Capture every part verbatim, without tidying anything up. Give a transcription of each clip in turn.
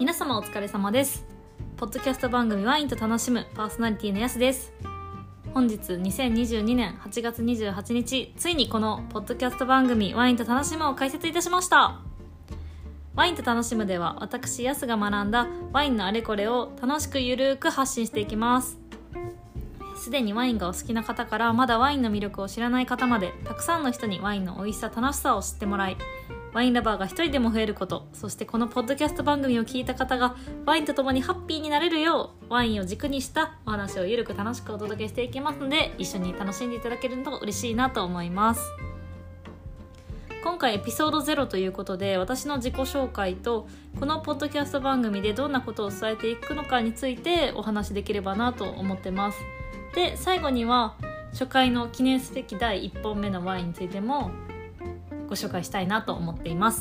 皆様お疲れ様です。ポッドキャスト番組ワインと楽しむパーソナリティのやすです。本日にせんにじゅうにねんはちがつにじゅうはちにち、ついにこのポッドキャスト番組ワインと楽しむを開設いたしました。ワインと楽しむでは、私やすが学んだワインのあれこれを楽しくゆるーく発信していきます。すでにワインがお好きな方からまだワインの魅力を知らない方まで、たくさんの人にワインの美味しさ楽しさを知ってもらい、ワインラバーが一人でも増えること、そしてこのポッドキャスト番組を聞いた方がワインとともにハッピーになれるよう、ワインを軸にしたお話をゆるく楽しくお届けしていきますので、一緒に楽しんでいただけると嬉しいなと思います。今回エピソードゼロということで、私の自己紹介とこのポッドキャスト番組でどんなことを伝えていくのかについてお話しできればなと思ってます。で、最後には初回の記念すべきだいいっぽんめのワインについてもご紹介したいなと思っています。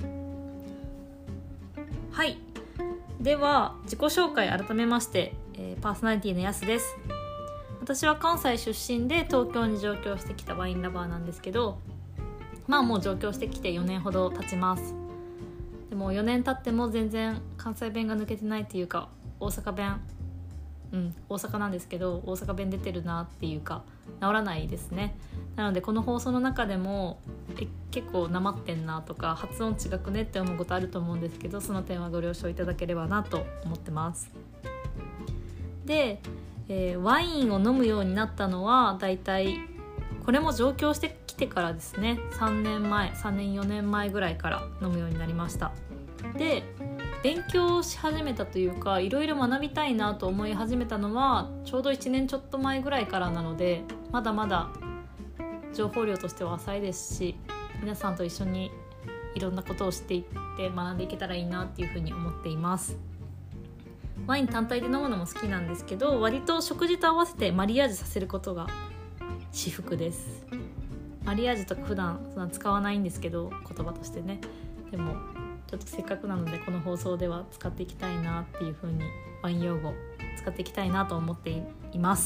はい、では自己紹介改めまして、えー、パーソナリティのやすです。私は関西出身で東京に上京してきたワインラバーなんですけど、まあもう上京してきてよねんほど経ちます。でもよねん経っても全然関西弁が抜けてないっていうか、大阪弁うん大阪なんですけど、大阪弁出てるなっていうか、治らないですね。なのでこの放送の中でもえ結構なまってんなとか発音違くねって思うことあると思うんですけど、その点はご了承いただければなと思ってます。で、えー、ワインを飲むようになったのはだいたいこれも上京してきてからですね。さんねんまえさんねんよねんまえぐらいから飲むようになりました。で、勉強し始めたというか、いろいろ学びたいなと思い始めたのはちょうどいちねんちょっと前ぐらいからなので、まだまだ情報量としては浅いですし、皆さんと一緒にいろんなことを知っていって学んでいけたらいいなっていうふうに思っています。ワイン単体で飲むのも好きなんですけど、割と食事と合わせてマリアージュさせることが至福です。マリアージュとか普段そんな使わないんですけど、言葉としてね。でもちょっとせっかくなのでこの放送では使っていきたいなっていうふうに、ワイン用語使っていきたいなと思っています。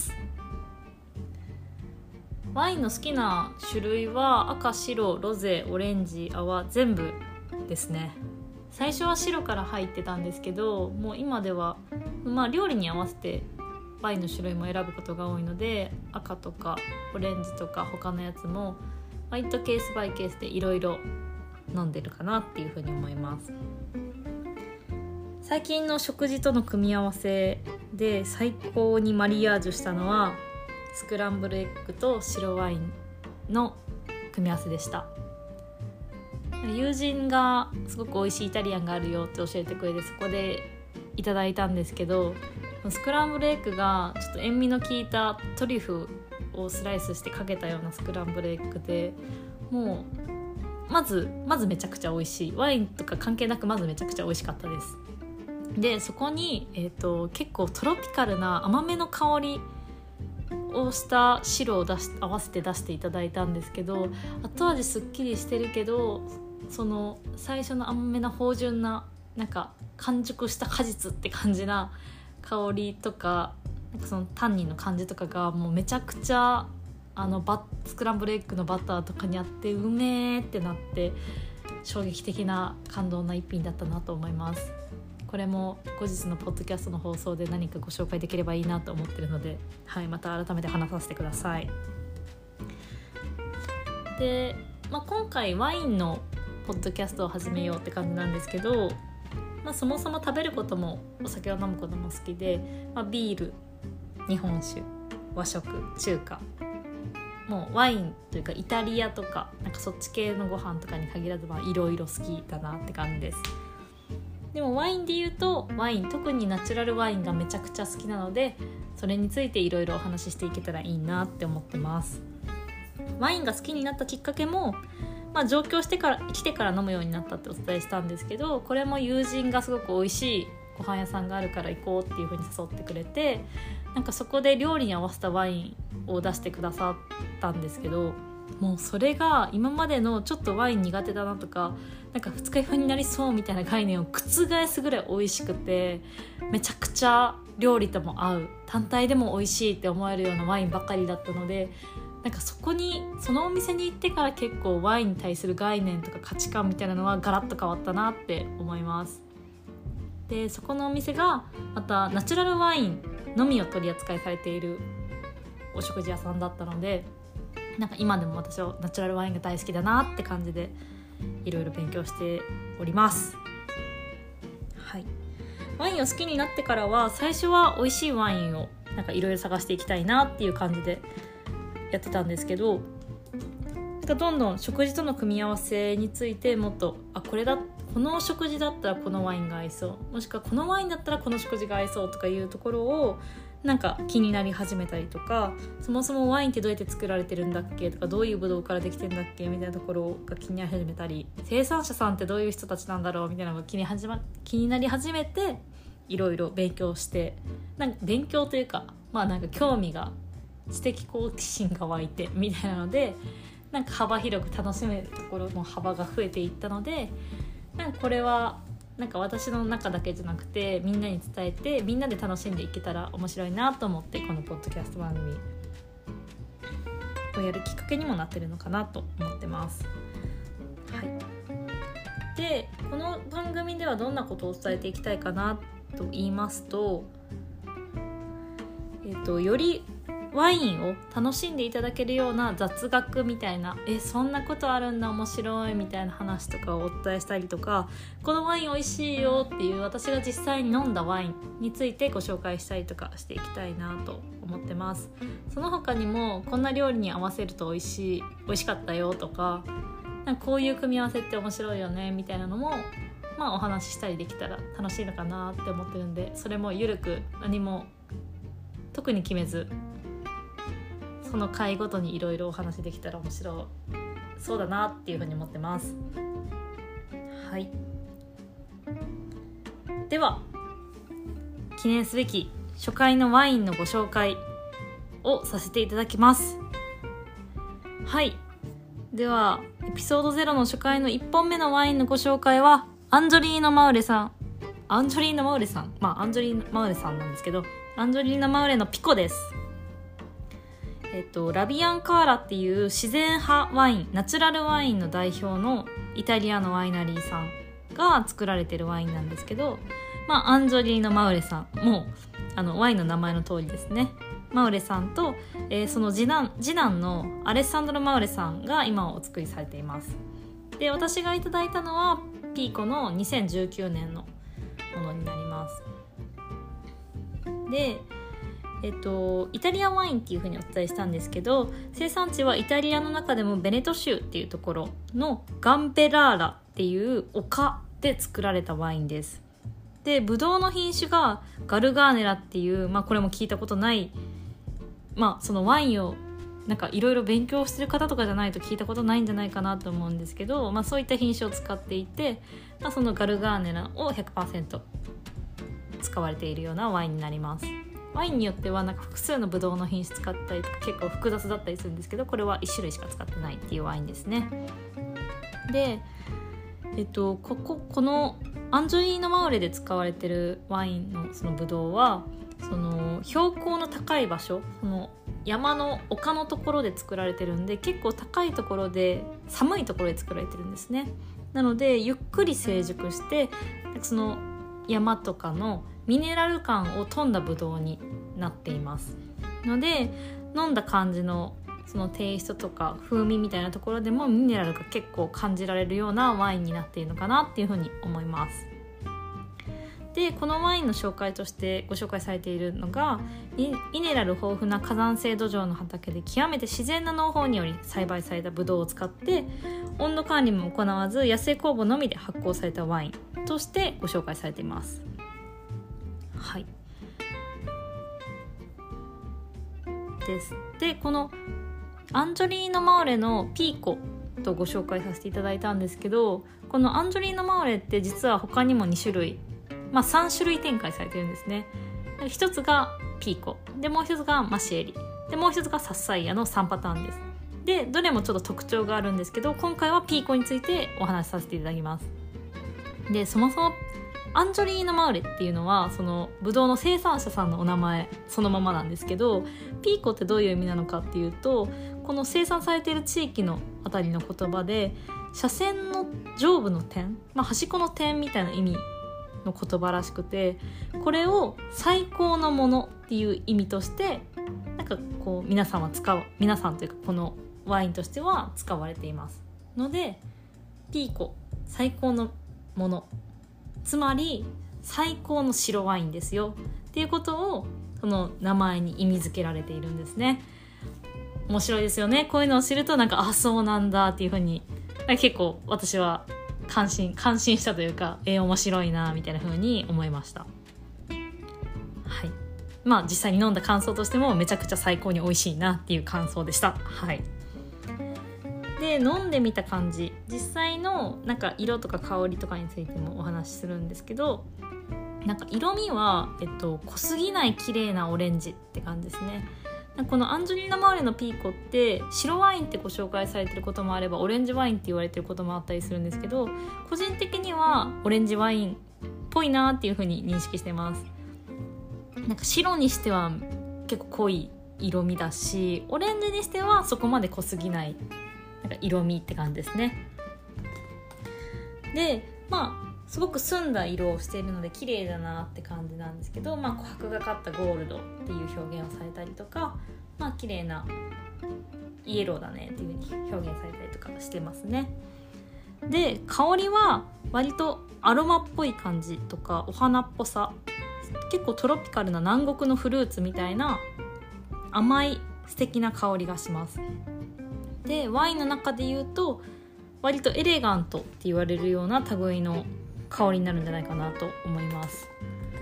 ワインの好きな種類は赤、白、ロゼ、オレンジ、泡全部ですね。最初は白から入ってたんですけど、もう今では、まあ、料理に合わせてワインの種類も選ぶことが多いので、赤とかオレンジとか他のやつも割とケースバイケースでいろいろ飲んでるかなっていうふうに思います。最近の食事との組み合わせで最高にマリアージュしたのはスクランブルエッグと白ワインの組み合わせでした。友人がすごく美味しいイタリアンがあるよって教えてくれて、そこでいただいたんですけど、スクランブルエッグがちょっと塩味の効いたトリュフをスライスしてかけたようなスクランブルエッグで、もうまずまずめちゃくちゃ美味しい。ワインとか関係なくまずめちゃくちゃ美味しかったです。で、そこに、えーと、結構トロピカルな甘めの香りをした白を出し合わせて出していただいたんですけど、後味すっきりしてるけど、その最初の甘めな芳醇な、なんか完熟した果実って感じな香りとか、なんかそのタンニンの感じとかがもうめちゃくちゃあのバスクランブルエッグのバターとかにあって、うめーってなって、衝撃的な感動な一品だったなと思います。これも後日のポッドキャストの放送で何かご紹介できればいいなと思ってるので、はい、また改めて話させてください。で、まあ、今回ワインのポッドキャストを始めようって感じなんですけど、まあ、そもそも食べることもお酒を飲むことも好きで、まあ、ビール、日本酒、和食、中華、もうワインというかイタリアとか、なんかそっち系のご飯とかに限らず、いろいろ好きだなって感じです。でもワインで言うと、ワイン、特にナチュラルワインがめちゃくちゃ好きなので、それについていろいろお話ししていけたらいいなって思ってます。ワインが好きになったきっかけも、まあ、上京してから来てから飲むようになったってお伝えしたんですけど、これも友人がすごく美味しいご飯屋さんがあるから行こうっていう風に誘ってくれて、なんかそこで料理に合わせたワインを出してくださったんですけど、もうそれが今までのちょっとワイン苦手だなとか、なんか二日酔いになりそうみたいな概念を覆すぐらい美味しくて、めちゃくちゃ料理とも合う、単体でも美味しいって思えるようなワインばっかりだったので、なんかそこにそのお店に行ってから結構ワインに対する概念とか価値観みたいなのはガラッと変わったなって思います。 でそこのお店がまたナチュラルワインのみを取り扱いされているお食事屋さんだったので、なんか今でも私はナチュラルワインが大好きだなって感じでいろいろ勉強しております。はい、ワインを好きになってからは最初は美味しいワインをなんかいろいろ探していきたいなっていう感じでやってたんですけど、なんかどんどん食事との組み合わせについてもっとあこれだこの食事だったらこのワインが合いそう、もしくはこのワインだったらこの食事が合いそうとかいうところをなんか気になり始めたりとか、そもそもワインってどうやって作られてるんだっけとか、どういうブドウからできてるんだっけみたいなところが気になり始めたり、生産者さんってどういう人たちなんだろうみたいなのが気に始ま気になり始めて、いろいろ勉強して、なんか勉強というかまあなんか興味が知的好奇心が湧いてみたいなので、なんか幅広く楽しめるところの幅が増えていったので、なんかこれはなんか私の中だけじゃなくてみんなに伝えてみんなで楽しんでいけたら面白いなと思って、このポッドキャスト番組をやるきっかけにもなってるのかなと思ってます。はい、でこの番組ではどんなことを伝えていきたいかなと言いますと、えっと、よりワインを楽しんでいただけるような雑学みたいな、えそんなことあるんだ面白いみたいな話とかをお伝えしたりとか、このワイン美味しいよっていう私が実際に飲んだワインについてご紹介したりとかしていきたいなと思ってます。その他にもこんな料理に合わせると美味しい美味しかったよとか、なんかこういう組み合わせって面白いよねみたいなのもまあお話ししたりできたら楽しいのかなって思ってるんで、それもゆるく何も特に決めずその回ごとにいろいろお話できたら面白そうだなっていうふうに思ってます。はい、では記念すべき初回のワインのご紹介をさせていただきます。はい、ではエピソードゼロの初回のいっぽんめのワインのご紹介はアンジョリーノ・マウレさんアンジョリーノ・マウレさんまあアンジョリーノ・マウレさんなんですけど、アンジョリーノ・マウレのピコです。えっと、ラビアンカーラっていう自然派ワインナチュラルワインの代表のイタリアのワイナリーさんが作られてるワインなんですけど、まあ、アンジョリーノ・マウレさんもうあのワインの名前の通りですね。マウレさんと、えー、その次男、次男のアレッサンドロ・マウレさんが今お作りされています。で私がいただいたのはピーコのにせんじゅうきゅうねんのものになります。でえっと、イタリアワインっていう風にお伝えしたんですけど、生産地はイタリアの中でもベネト州っていうところのガンペラーラっていう丘で作られたワインです。でブドウの品種がガルガーネラっていう、まあ、これも聞いたことない、まあ、そのワインをなんかいろいろ勉強してる方とかじゃないと聞いたことないんじゃないかなと思うんですけど、まあ、そういった品種を使っていて、まあ、そのガルガーネラを ひゃくパーセント 使われているようなワインになります。ワインによってはなんか複数のブドウの品種使ったりとか結構複雑だったりするんですけど、これはいち種類しか使ってないっていうワインですね。で、えっと、こここのアンジョリーノ・マウレで使われてるワインのそのブドウはその標高の高い場所、その山の丘のところで作られてるんで、結構高いところで寒いところで作られてるんですね。なのでゆっくり成熟してその山とかのミネラル感を富んだブドウになっていますので、飲んだ感じのそのテイストとか風味みたいなところでもミネラルが結構感じられるようなワインになっているのかなっていうふうに思います。でこのワインの紹介としてご紹介されているのがミネラル豊富な火山性土壌の畑で極めて自然な農法により栽培されたブドウを使って温度管理も行わず野生酵母のみで発酵されたワインとしてご紹介されています。はい、ですでこのアンジョリーノ・マウレのピーコとご紹介させていただいたんですけど、このアンジョリーノ・マウレって実は他にもに種類、まあ、さん種類展開されてるんですね。一つがピーコで、もう一つがマシエリで、もう一つがサッサイヤのさんパターンです。でどれもちょっと特徴があるんですけど、今回はピーコについてお話しさせていただきます。でそもそもアンジョリーノ・マウレっていうのはそのブドウの生産者さんのお名前そのままなんですけど、ピーコってどういう意味なのかっていうと、この生産されている地域のあたりの言葉で斜線の上部の点、まあ、端っこの点みたいな意味の言葉らしくて、これを最高のものっていう意味としてなんかこう皆さんは使う皆さんというかこのワインとしては使われていますので、ピーコ最高のもの、つまり最高の白ワインですよっていうことをその名前に意味付けられているんですね。面白いですよね。こういうのを知るとなんかあそうなんだっていう風に結構私は感心感心したというか、えー、面白いなみたいな風に思いました。はい。まあ実際に飲んだ感想としてもめちゃくちゃ最高に美味しいなっていう感想でした。はい。で飲んでみた感じ、実際のなんか色とか香りとかについてもお話しするんですけど、なんか色味は、えっと、濃すぎない綺麗なオレンジって感じですね。このアンジョリーナ・マーレのピーコって白ワインってご紹介されてることもあればオレンジワインって言われてることもあったりするんですけど、個人的にはオレンジワインっぽいなっていう風に認識してます。なんか白にしては結構濃い色味だし、オレンジにしてはそこまで濃すぎないなんか色味って感じですね。でまあすごく澄んだ色をしているので綺麗だなって感じなんですけど、まあ、琥珀がかったゴールドっていう表現をされたりとか、まあ綺麗なイエローだねっていう風に表現されたりとかしてますね。で香りは割とアロマっぽい感じとかお花っぽさ、結構トロピカルな南国のフルーツみたいな甘い素敵な香りがします。でワインの中で言うと割とエレガントって言われるような類の香りになるんじゃないかなと思います。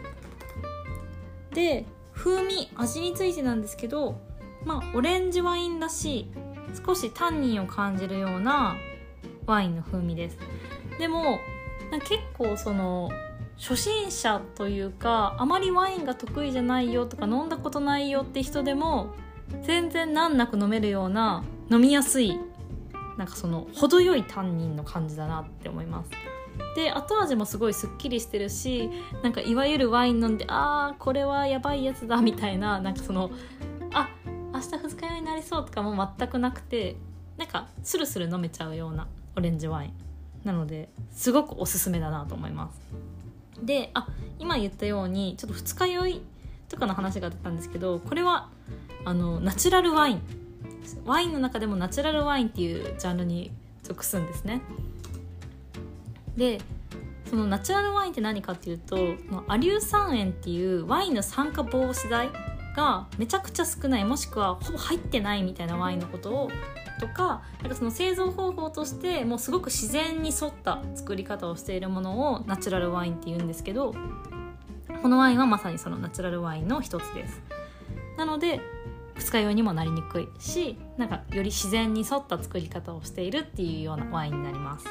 で風味味についてなんですけど、まあオレンジワインらしい少しタンニンを感じるようなワインの風味です。でも結構その初心者というかあまりワインが得意じゃないよとか飲んだことないよって人でも全然難なく飲めるような飲みやすいなんかその程よいタンニンの感じだなって思います。で後味もすごいすっきりしてるし、なんかいわゆるワイン飲んであーこれはやばいやつだみたいな、なんかそのあ明日二日酔いになりそうとかも全くなくて、なんかスルスル飲めちゃうようなオレンジワインなのですごくおすすめだなと思います。であ今言ったようにちょっと二日酔いとかの話が出たんですけど、これはあのナチュラルワイン、ワインの中でもナチュラルワインっていうジャンルに属するんですね。でそのナチュラルワインって何かっていうと、アリュー酸塩っていうワインの酸化防止剤がめちゃくちゃ少ない、もしくはほぼ入ってないみたいなワインのことをとか、なんかその製造方法としてもうすごく自然に沿った作り方をしているものをナチュラルワインって言うんですけど、このワインはまさにそのナチュラルワインの一つです。なので二日酔いにもなりにくいし、なんかより自然に沿った作り方をしているっていうようなワインになります。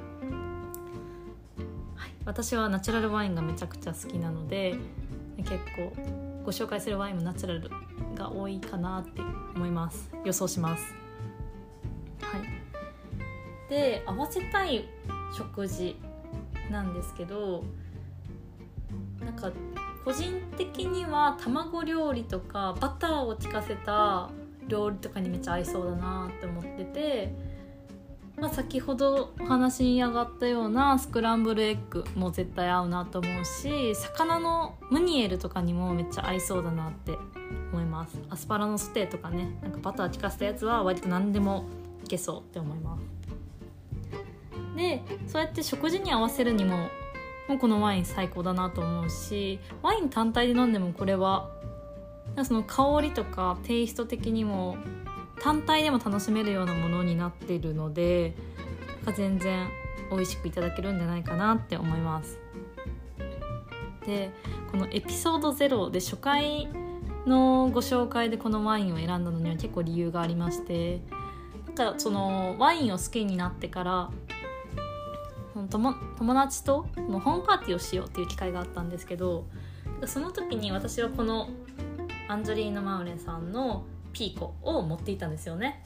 私はナチュラルワインがめちゃくちゃ好きなので、結構ご紹介するワインもナチュラルが多いかなって思います。予想します。はい。で合わせたい食事なんですけど、なんか個人的には卵料理とかバターを効かせた料理とかにめっちゃ合いそうだなって思ってて、まあ、先ほどお話に上がったようなスクランブルエッグも絶対合うなと思うし、魚のムニエルとかにもめっちゃ合いそうだなって思います。アスパラのソテーとかね、なんかバター効かせたやつは割と何でもいけそうって思います。でそうやって食事に合わせるにももうこのワイン最高だなと思うし、ワイン単体で飲んでもこれはその香りとかテイスト的にも単体でも楽しめるようなものになっているので、全然美味しくいただけるんじゃないかなって思います。でこのエピソードゼロで初回のご紹介でこのワインを選んだのには結構理由がありまして、なんかそのワインを好きになってから友, 友達ともうホームパーティーをしようっていう機会があったんですけど、その時に私はこのアンジョリーナ・マウレさんのピーコを持っていたんですよね。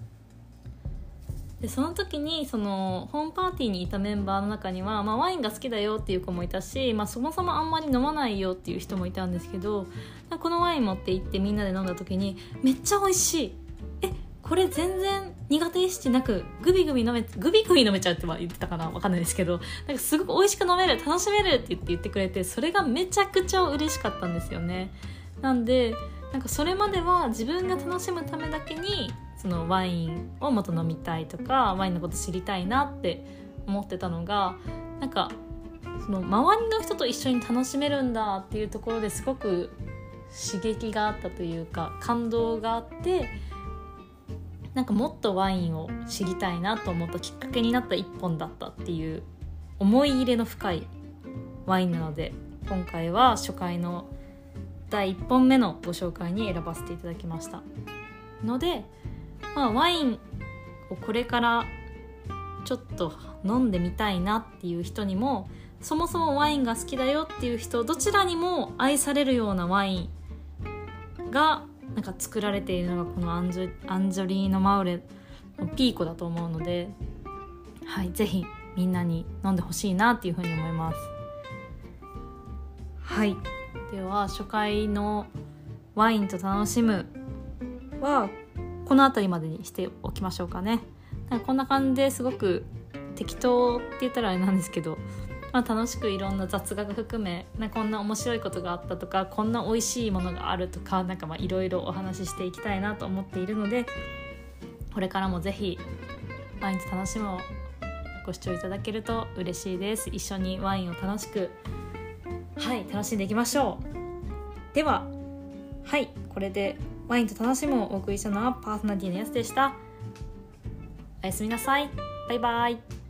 でその時にそのホームパーティーにいたメンバーの中には、まあ、ワインが好きだよっていう子もいたし、まあ、そもそもあんまり飲まないよっていう人もいたんですけど、このワイン持って行ってみんなで飲んだ時にめっちゃ美味しい、えこれ全然苦手意識なくグビグビ飲めグビグビ飲めちゃうって言ってたかな、わかんないですけど、なんかすごく美味しく飲める、楽しめるって言って言ってくれて、それがめちゃくちゃ嬉しかったんですよね。なんでなんかそれまでは自分が楽しむためだけにそのワインをもっと飲みたいとかワインのこと知りたいなって思ってたのが、なんかその周りの人と一緒に楽しめるんだっていうところですごく刺激があったというか感動があって、なんかもっとワインを知りたいなと思ったきっかけになった一本だったっていう思い入れの深いワインなので、今回は初回のだいいっぽんめのご紹介に選ばせていただきましたので、まあ、ワインをこれからちょっと飲んでみたいなっていう人にも、そもそもワインが好きだよっていう人、どちらにも愛されるようなワインがなんか作られているのがこのアンジョ、アンジョリーノ・マウレのピーコだと思うので、はい、ぜひみんなに飲んでほしいなっていうふうに思います。はい、では初回のワインと楽しむはこのあたりまでにしておきましょうかね。なんかこんな感じですごく適当って言ったらあれなんですけど、まあ、楽しくいろんな雑学含めなんかこんな面白いことがあったとか、こんな美味しいものがあるとか、なんかまあいろいろお話ししていきたいなと思っているので、これからもぜひワインと楽しむをご視聴いただけると嬉しいです。一緒にワインを楽しくはい楽しんでいきましょう。でははいこれでワインと楽しむをお送りしたのはパーソナリティのやすでした。おやすみなさい。バイバイ。